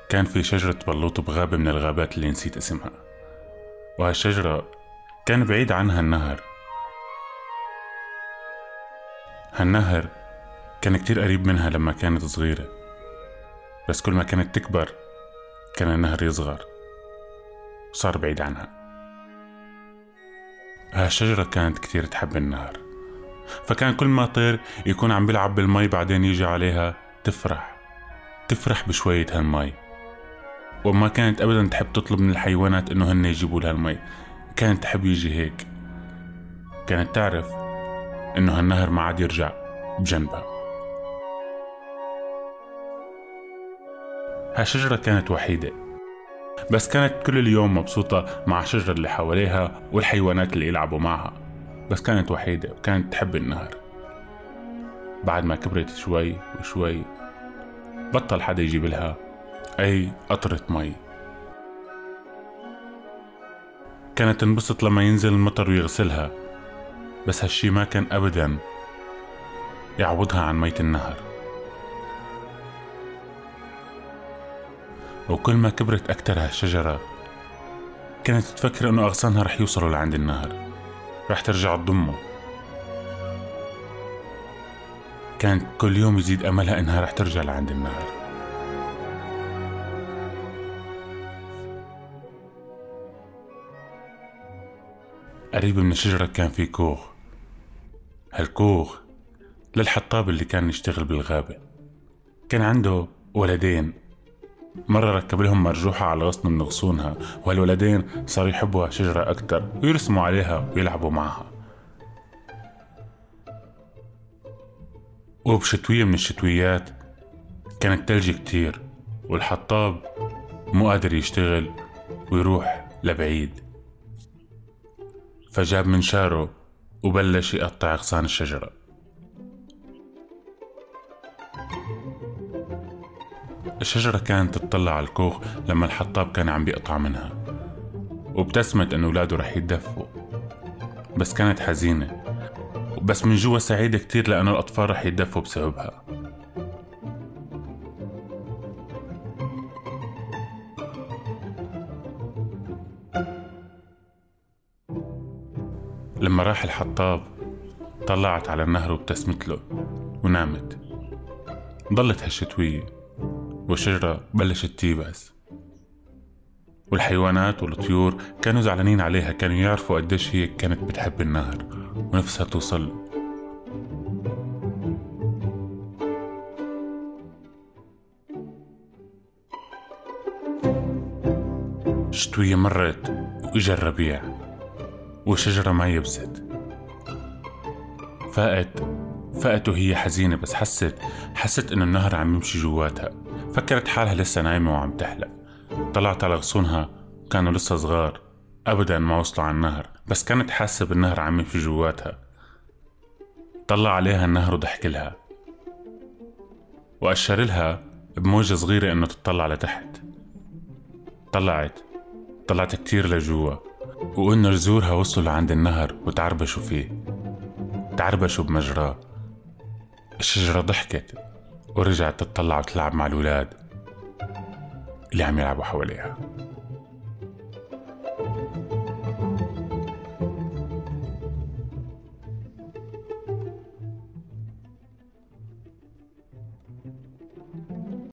كان في شجرة بلوط بغابة من الغابات اللي نسيت اسمها، وهالشجرة كان بعيد عنها النهر. هالنهر كان كتير قريب منها لما كانت صغيرة، بس كل ما كانت تكبر كان النهر يصغر وصار بعيد عنها. هالشجرة كانت كتير تحب النهر، فكان كل ما طير يكون عم بيلعب بالمي بعدين يجي عليها تفرح بشوية هالمي. وما كانت أبدا تحب تطلب من الحيوانات إنه هن يجيبوا لها المي، كانت تحب يجي هيك. كانت تعرف إنه هالنهر ما عاد يرجع بجنبها. هالشجرة كانت وحيدة، بس كانت كل اليوم مبسوطة مع الشجرة اللي حواليها والحيوانات اللي يلعبوا معها، بس كانت وحيدة وكانت تحب النهر. بعد ما كبرت شوي وشوي بطل حدا يجيب لها أي قطرة مي. كانت تنبسط لما ينزل المطر ويغسلها، بس هالشي ما كان أبدا يعوضها عن مية النهر. وكل ما كبرت أكتر هالشجرة كانت تفكر إنه أغصانها رح يوصلوا لعند النهر، رح ترجع تضمه. كانت كل يوم يزيد أملها إنها رح ترجع لعند النهر. قريب من الشجرة كان في كوخ. هالكوخ للحطاب اللي كان يشتغل بالغابة. كان عنده ولدين، مرة ركب لهم مرجوحة على غصن من غصونها، وهالولدين صاروا يحبوا هالشجرة أكتر ويرسموا عليها ويلعبوا معها. وبشتوية من الشتويات كانت تلج كتير، والحطاب مو قادر يشتغل ويروح لبعيد، فجاب منشاره وبلش يقطع أغصان الشجرة. الشجرة كانت تطلع على الكوخ لما الحطاب كان عم بيقطع منها، وابتسمت أن أولاده رح يتدفوا، بس كانت حزينة، بس من جوا سعيدة كتير لأن الأطفال رح يتدفوا بسببها. لما راح الحطاب طلعت على النهر وابتسمت له ونامت. ضلت هالشتوية والشجرة بلشت تيبس، والحيوانات والطيور كانوا زعلانين عليها، كانوا يعرفوا قديش هي كانت بتحب النهر ونفسها توصل له. الشتوية مرت وإجا الربيع والشجرة ما يبست. فاقت وهي حزينة، بس حست إنه النهر عم يمشي جواتها. فكرت حالها لسه نايمة وعم تحلم. طلعت على غصونها، كانوا لسه صغار أبدا ما وصلوا على النهر، بس كانت حاسة بالنهر عم يمشي جواتها. طلع عليها النهر وضحك لها وأشر لها بموجة صغيرة إنه تطلع لتحت. طلعت كتير لجوا، وإنه جذورها وصلوا لعند النهر وتعربشوا فيه، تعربشوا بمجراه. الشجرة ضحكت ورجعت تطلع وتلعب مع الولاد اللي عم يلعبوا حواليها.